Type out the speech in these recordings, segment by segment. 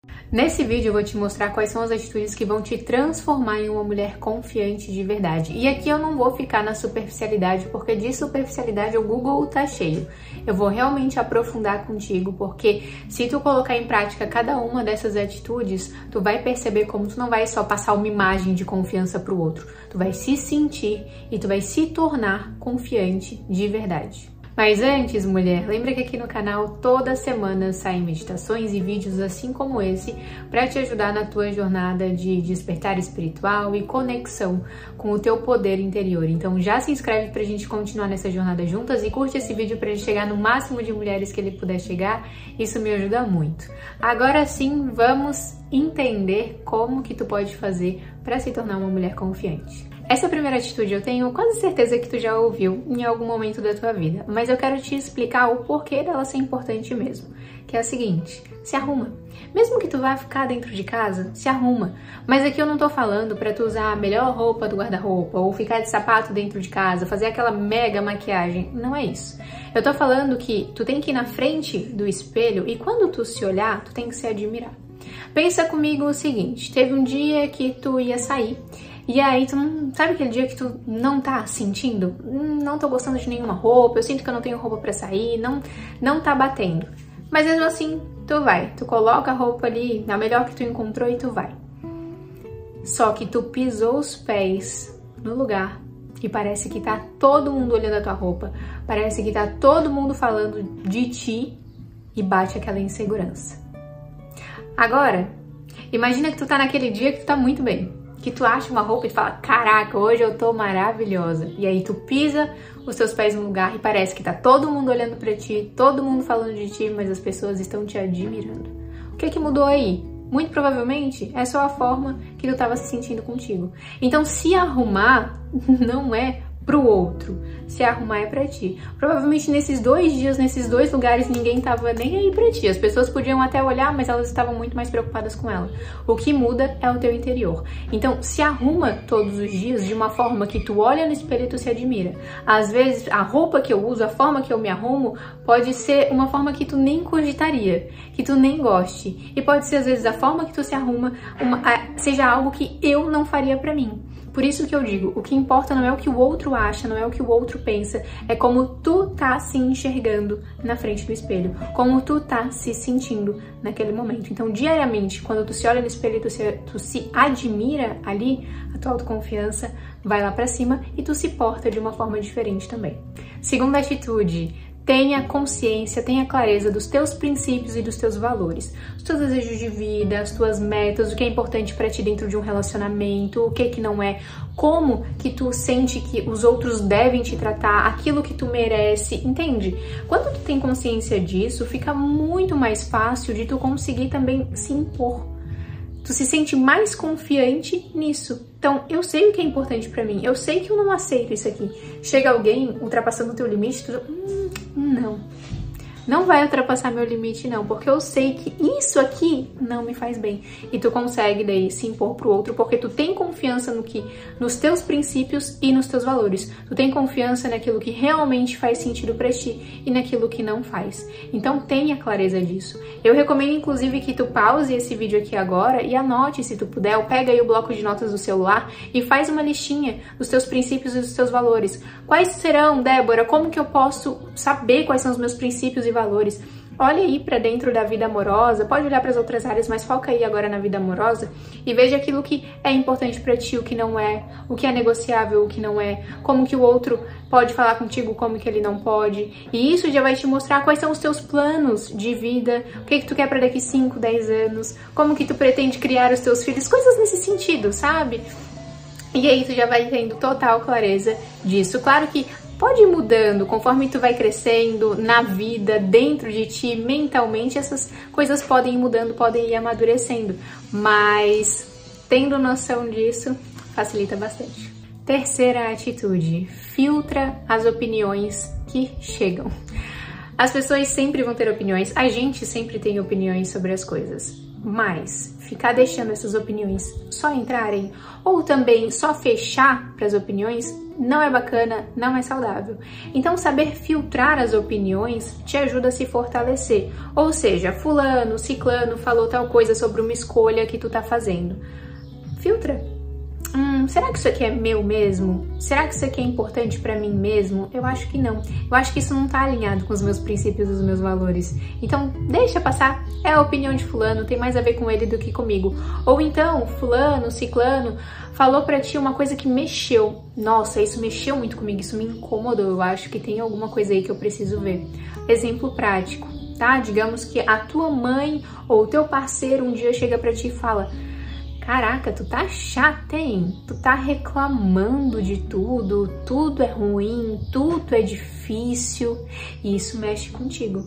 Nesse vídeo eu vou te mostrar quais são as atitudes que vão te transformar em uma mulher confiante de verdade. E aqui eu não vou ficar na superficialidade, porque de superficialidade o Google tá cheio. Eu vou realmente aprofundar contigo, porque se tu colocar em prática cada uma dessas atitudes, tu vai perceber como tu não vai só passar uma imagem de confiança pro outro. Tu vai se sentir e tu vai se tornar confiante de verdade. Mas antes, mulher, lembra que aqui no canal toda semana saem meditações e vídeos assim como esse para te ajudar na tua jornada de despertar espiritual e conexão com o teu poder interior. Então já se inscreve pra gente continuar nessa jornada juntas e curte esse vídeo pra gente chegar no máximo de mulheres que ele puder chegar. Isso me ajuda muito. Agora sim, vamos entender como que tu pode fazer para se tornar uma mulher confiante. Essa primeira atitude eu tenho quase certeza que tu já ouviu em algum momento da tua vida, mas eu quero te explicar o porquê dela ser importante mesmo, que é a seguinte: se arruma. Mesmo que tu vá ficar dentro de casa, se arruma. Mas aqui eu não tô falando pra tu usar a melhor roupa do guarda-roupa, ou ficar de sapato dentro de casa, fazer aquela mega maquiagem, não é isso. Eu tô falando que tu tem que ir na frente do espelho e quando tu se olhar, tu tem que se admirar. Pensa comigo o seguinte: teve um dia que tu ia sair, e aí tu não sabe aquele dia que tu não tá sentindo? Não tô gostando de nenhuma roupa, eu sinto que eu não tenho roupa pra sair, não tá batendo. Mas mesmo assim, tu coloca a roupa ali, a melhor que tu encontrou e tu vai. Só que tu pisou os pés no lugar e parece que tá todo mundo olhando a tua roupa, parece que tá todo mundo falando de ti e bate aquela insegurança. Agora, imagina que tu tá naquele dia que tu tá muito bem, que tu acha uma roupa e tu fala: caraca, hoje eu tô maravilhosa. E aí tu pisa os teus pés no lugar e parece que tá todo mundo olhando pra ti, todo mundo falando de ti, mas as pessoas estão te admirando. O que mudou aí? Muito provavelmente é só a forma que tu tava se sentindo contigo. Então se arrumar não é pro outro, se arrumar é pra ti. Provavelmente nesses 2 dias, nesses 2 lugares, ninguém tava nem aí pra ti. As pessoas podiam até olhar, mas elas estavam muito mais preocupadas com ela. O que muda é o teu interior. Então, se arruma todos os dias de uma forma que tu olha no espelho e tu se admira. Às vezes, a roupa que eu uso, a forma que eu me arrumo, pode ser uma forma que tu nem cogitaria, que tu nem goste. E pode ser, às vezes, a forma que tu se arruma seja algo que eu não faria pra mim. Por isso que eu digo, o que importa não é o que o outro acha, não é o que o outro pensa, é como tu tá se enxergando na frente do espelho, como tu tá se sentindo naquele momento. Então, diariamente, quando tu se olha no espelho e tu se admira ali, a tua autoconfiança vai lá pra cima e tu se porta de uma forma diferente também. Segunda atitude: tenha consciência, tenha clareza dos teus princípios e dos teus valores, os teus desejos de vida, as tuas metas, o que é importante pra ti dentro de um relacionamento, o que não é, como que tu sente que os outros devem te tratar, aquilo que tu merece, entende? Quando tu tem consciência disso, fica muito mais fácil de tu conseguir também se impor. Tu se sente mais confiante nisso. Então, eu sei o que é importante pra mim, eu sei que eu não aceito isso aqui. Chega alguém ultrapassando o teu limite, tu não vai ultrapassar meu limite não, porque eu sei que isso aqui não me faz bem. E tu consegue daí se impor pro outro, porque tu tem confiança nos teus princípios e nos teus valores. Tu tem confiança naquilo que realmente faz sentido pra ti e naquilo que não faz. Então tenha clareza disso. Eu recomendo inclusive que tu pause esse vídeo aqui agora e anote, se tu puder, ou pega aí o bloco de notas do celular e faz uma listinha dos teus princípios e dos teus valores. Quais serão, Débora? Como que eu posso saber quais são os meus princípios e valores? Olha aí pra dentro da vida amorosa, pode olhar para as outras áreas, mas foca aí agora na vida amorosa e veja aquilo que é importante pra ti, o que não é, o que é negociável, o que não é, como que o outro pode falar contigo, como que ele não pode. E isso já vai te mostrar quais são os teus planos de vida, o que tu quer pra daqui 5, 10 anos, como que tu pretende criar os teus filhos, coisas nesse sentido, sabe? E aí tu já vai tendo total clareza disso. Claro que pode ir mudando conforme tu vai crescendo na vida, dentro de ti, mentalmente, essas coisas podem ir mudando, podem ir amadurecendo, mas tendo noção disso, facilita bastante. Terceira atitude: filtra as opiniões que chegam. As pessoas sempre vão ter opiniões, a gente sempre tem opiniões sobre as coisas. Mas ficar deixando essas opiniões só entrarem ou também só fechar para as opiniões não é bacana, não é saudável. Então saber filtrar as opiniões te ajuda a se fortalecer. Ou seja, fulano, ciclano falou tal coisa sobre uma escolha que tu tá fazendo. Filtra. Será que isso aqui é meu mesmo? Será que isso aqui é importante pra mim mesmo? Eu acho que não. Eu acho que isso não tá alinhado com os meus princípios e os meus valores. Então, deixa passar. É a opinião de fulano, tem mais a ver com ele do que comigo. Ou então, fulano, ciclano, falou pra ti uma coisa que mexeu. Nossa, isso mexeu muito comigo, isso me incomodou. Eu acho que tem alguma coisa aí que eu preciso ver. Exemplo prático, tá? Digamos que a tua mãe ou o teu parceiro um dia chega pra ti e fala: caraca, tu tá chata, hein? Tu tá reclamando de tudo, tudo é ruim, tudo é difícil, e isso mexe contigo.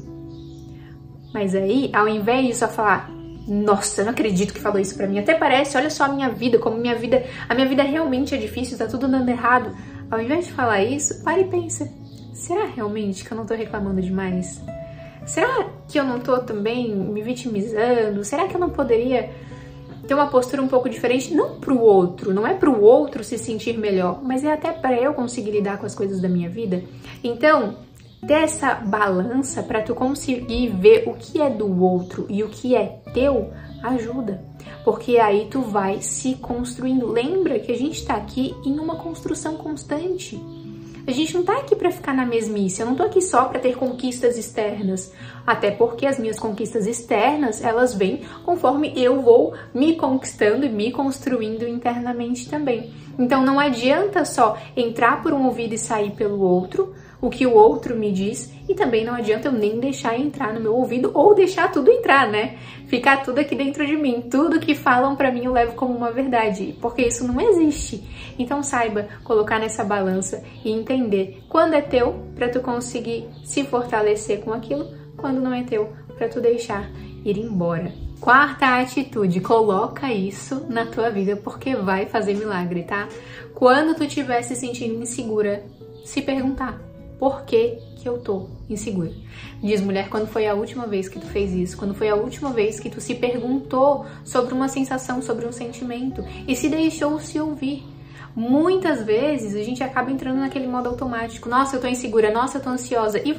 Mas aí, ao invés de só falar: nossa, eu não acredito que falou isso pra mim, até parece, olha só a minha vida, como a minha vida realmente é difícil, tá tudo dando errado. Ao invés de falar isso, para e pensa: será realmente que eu não tô reclamando demais? Será que eu não tô também me vitimizando? Será que eu não poderia ter uma postura um pouco diferente, não pro outro, não é pro outro se sentir melhor, mas é até para eu conseguir lidar com as coisas da minha vida? Então, ter essa balança para tu conseguir ver o que é do outro e o que é teu ajuda, porque aí tu vai se construindo. Lembra que a gente tá aqui em uma construção constante. A gente não tá aqui pra ficar na mesmice, eu não tô aqui só pra ter conquistas externas, até porque as minhas conquistas externas, elas vêm conforme eu vou me conquistando e me construindo internamente também. Então não adianta só entrar por um ouvido e sair pelo outro, o que o outro me diz, e também não adianta eu nem deixar entrar no meu ouvido ou deixar tudo entrar, né? Ficar tudo aqui dentro de mim, tudo que falam pra mim eu levo como uma verdade, porque isso não existe. Então saiba colocar nessa balança e entender quando é teu pra tu conseguir se fortalecer com aquilo, quando não é teu pra tu deixar ir embora. Quarta atitude, coloca isso na tua vida porque vai fazer milagre, tá? Quando tu estiver se sentindo insegura, se perguntar: por que eu tô insegura? Diz, mulher, quando foi a última vez que tu fez isso? Quando foi a última vez que tu se perguntou sobre uma sensação, sobre um sentimento e se deixou se ouvir? Muitas vezes a gente acaba entrando naquele modo automático. Nossa, eu tô insegura, nossa, eu tô ansiosa. E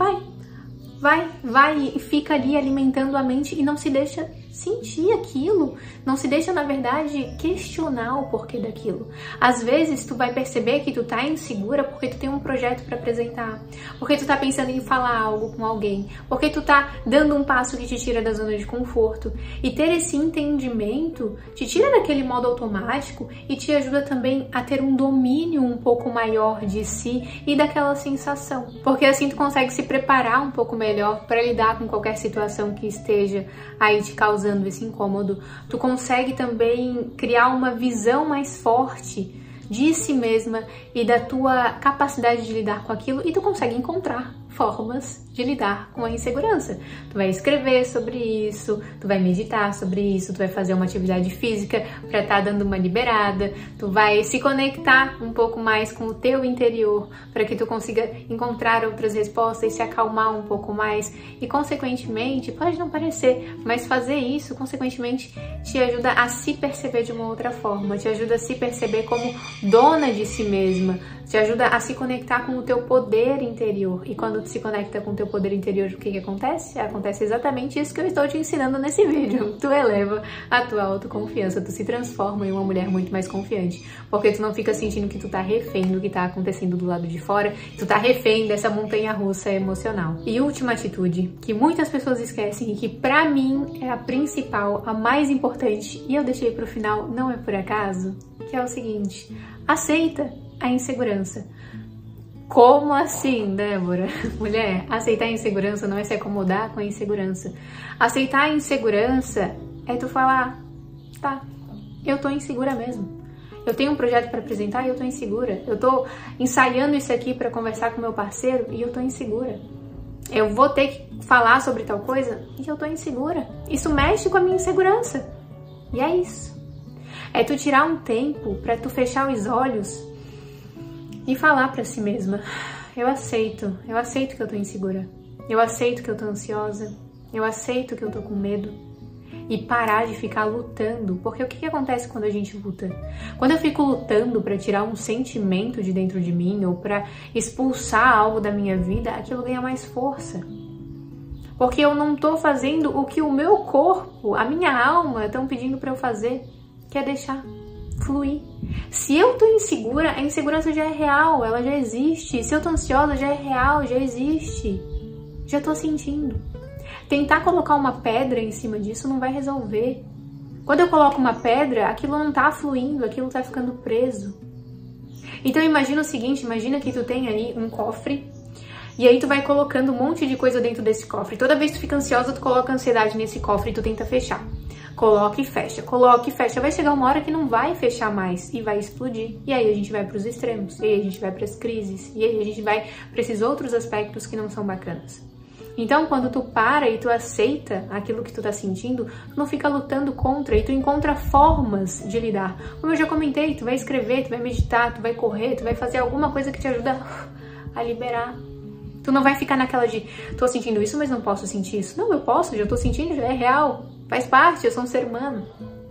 vai e fica ali alimentando a mente e não se deixa sentir aquilo, não se deixa, na verdade, questionar o porquê daquilo. Às vezes, tu vai perceber que tu tá insegura porque tu tem um projeto para apresentar, porque tu tá pensando em falar algo com alguém, porque tu tá dando um passo que te tira da zona de conforto. E ter esse entendimento te tira daquele modo automático e te ajuda também a ter um domínio um pouco maior de si e daquela sensação, porque assim tu consegue se preparar um pouco melhor para lidar com qualquer situação que esteja aí te causando esse incômodo. Tu consegue também criar uma visão mais forte de si mesma e da tua capacidade de lidar com aquilo, e tu consegue encontrar formas de lidar com a insegurança. Tu vai escrever sobre isso, tu vai meditar sobre isso, tu vai fazer uma atividade física para estar dando uma liberada, tu vai se conectar um pouco mais com o teu interior para que tu consiga encontrar outras respostas e se acalmar um pouco mais. E consequentemente, pode não parecer, mas fazer isso consequentemente te ajuda a se perceber de uma outra forma, te ajuda a se perceber como dona de si mesma, te ajuda a se conectar com o teu poder interior. E quando tu se conecta com o teu poder interior, o que acontece? Acontece exatamente isso que eu estou te ensinando nesse vídeo. Tu eleva a tua autoconfiança, tu se transforma em uma mulher muito mais confiante, porque tu não fica sentindo que tu tá refém do que tá acontecendo do lado de fora, tu tá refém dessa montanha-russa emocional. E última atitude, que muitas pessoas esquecem e que pra mim é a principal, a mais importante, e eu deixei pro final, não é por acaso, que é o seguinte: aceita a insegurança. Como assim, Débora? Mulher, aceitar a insegurança não é se acomodar com a insegurança. Aceitar a insegurança é tu falar: tá, eu tô insegura mesmo. Eu tenho um projeto para apresentar e eu tô insegura. Eu tô ensaiando isso aqui para conversar com meu parceiro e eu tô insegura. Eu vou ter que falar sobre tal coisa e eu tô insegura. Isso mexe com a minha insegurança. E é isso. É tu tirar um tempo para tu fechar os olhos e falar pra si mesma: eu aceito que eu tô insegura, eu aceito que eu tô ansiosa, eu aceito que eu tô com medo, e parar de ficar lutando, porque o que acontece quando a gente luta? Quando eu fico lutando para tirar um sentimento de dentro de mim ou para expulsar algo da minha vida, aquilo ganha mais força. Porque eu não tô fazendo o que o meu corpo, a minha alma estão pedindo para eu fazer, que é deixar fluir. Se eu tô insegura, a insegurança já é real, ela já existe. Se eu tô ansiosa, já é real, já existe. Já tô sentindo. Tentar colocar uma pedra em cima disso não vai resolver. Quando eu coloco uma pedra, aquilo não tá fluindo, aquilo tá ficando preso. Então imagina o seguinte, imagina que tu tem aí um cofre e aí tu vai colocando um monte de coisa dentro desse cofre. Toda vez que tu fica ansiosa, tu coloca ansiedade nesse cofre e tu tenta fechar. Coloca e fecha, coloca e fecha. Vai chegar uma hora que não vai fechar mais e vai explodir. E aí a gente vai para os extremos, e aí a gente vai para as crises, e aí a gente vai para esses outros aspectos que não são bacanas. Então, quando tu para e tu aceita aquilo que tu tá sentindo, tu não fica lutando contra e tu encontra formas de lidar. Como eu já comentei, tu vai escrever, tu vai meditar, tu vai correr, tu vai fazer alguma coisa que te ajuda a liberar. Tu não vai ficar naquela de, tô sentindo isso, mas não posso sentir isso. Não, eu posso, já tô sentindo, já é real. Faz parte, eu sou um ser humano.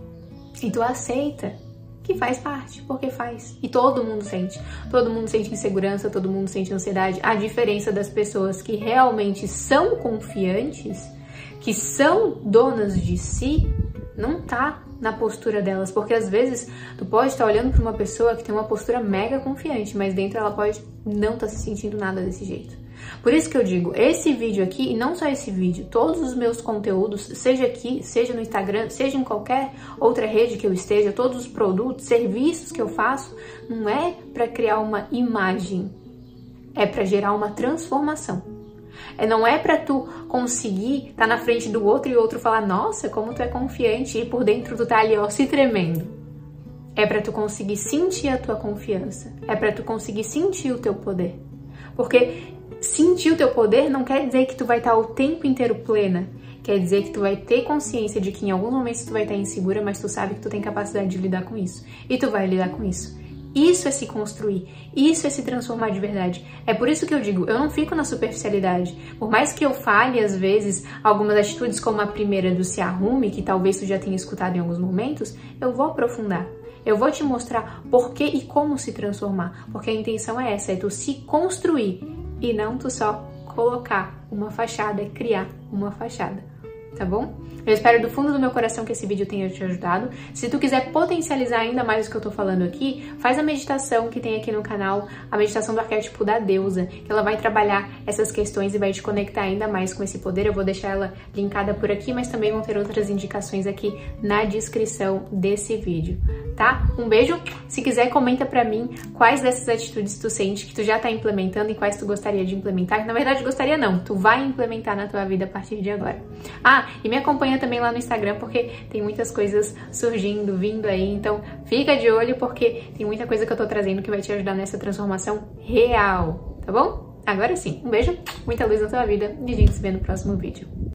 E tu aceita que faz parte, porque faz. E todo mundo sente. Todo mundo sente insegurança, todo mundo sente ansiedade. A diferença das pessoas que realmente são confiantes, que são donas de si, não tá na postura delas. Porque às vezes tu pode estar olhando para uma pessoa que tem uma postura mega confiante, mas dentro ela pode não estar se sentindo nada desse jeito. Por isso que eu digo, esse vídeo aqui, e não só esse vídeo, todos os meus conteúdos, seja aqui, seja no Instagram, seja em qualquer outra rede que eu esteja, todos os produtos, serviços que eu faço, não é para criar uma imagem, é para gerar uma transformação. Não é para tu conseguir estar na frente do outro e o outro falar, nossa, como tu é confiante, e por dentro tu tá ali, ó, se tremendo. É para tu conseguir sentir a tua confiança, é para tu conseguir sentir o teu poder. Porque sentir o teu poder não quer dizer que tu vai estar o tempo inteiro plena. Quer dizer que tu vai ter consciência de que em alguns momentos tu vai estar insegura, mas tu sabe que tu tem capacidade de lidar com isso. E tu vai lidar com isso. Isso é se construir. Isso é se transformar de verdade. É por isso que eu digo, eu não fico na superficialidade. Por mais que eu fale, às vezes, algumas atitudes como a primeira do se arrume, que talvez tu já tenha escutado em alguns momentos, eu vou aprofundar. Eu vou te mostrar por que e como se transformar. Porque a intenção é essa, é tu se construir. E não tu só colocar uma fachada, criar uma fachada, tá bom? Eu espero do fundo do meu coração que esse vídeo tenha te ajudado. Se tu quiser potencializar ainda mais o que eu tô falando aqui, faz a meditação que tem aqui no canal, a meditação do arquétipo da deusa, que ela vai trabalhar essas questões e vai te conectar ainda mais com esse poder. Eu vou deixar ela linkada por aqui, mas também vão ter outras indicações aqui na descrição desse vídeo, tá? Um beijo. Se quiser, comenta pra mim quais dessas atitudes tu sente que tu já tá implementando e quais tu gostaria de implementar. Na verdade, gostaria não, tu vai implementar na tua vida a partir de agora. Ah, e me acompanha também lá no Instagram, porque tem muitas coisas surgindo, vindo aí, então fica de olho, porque tem muita coisa que eu tô trazendo que vai te ajudar nessa transformação real, tá bom? Agora sim, um beijo, muita luz na tua vida e a gente se vê no próximo vídeo.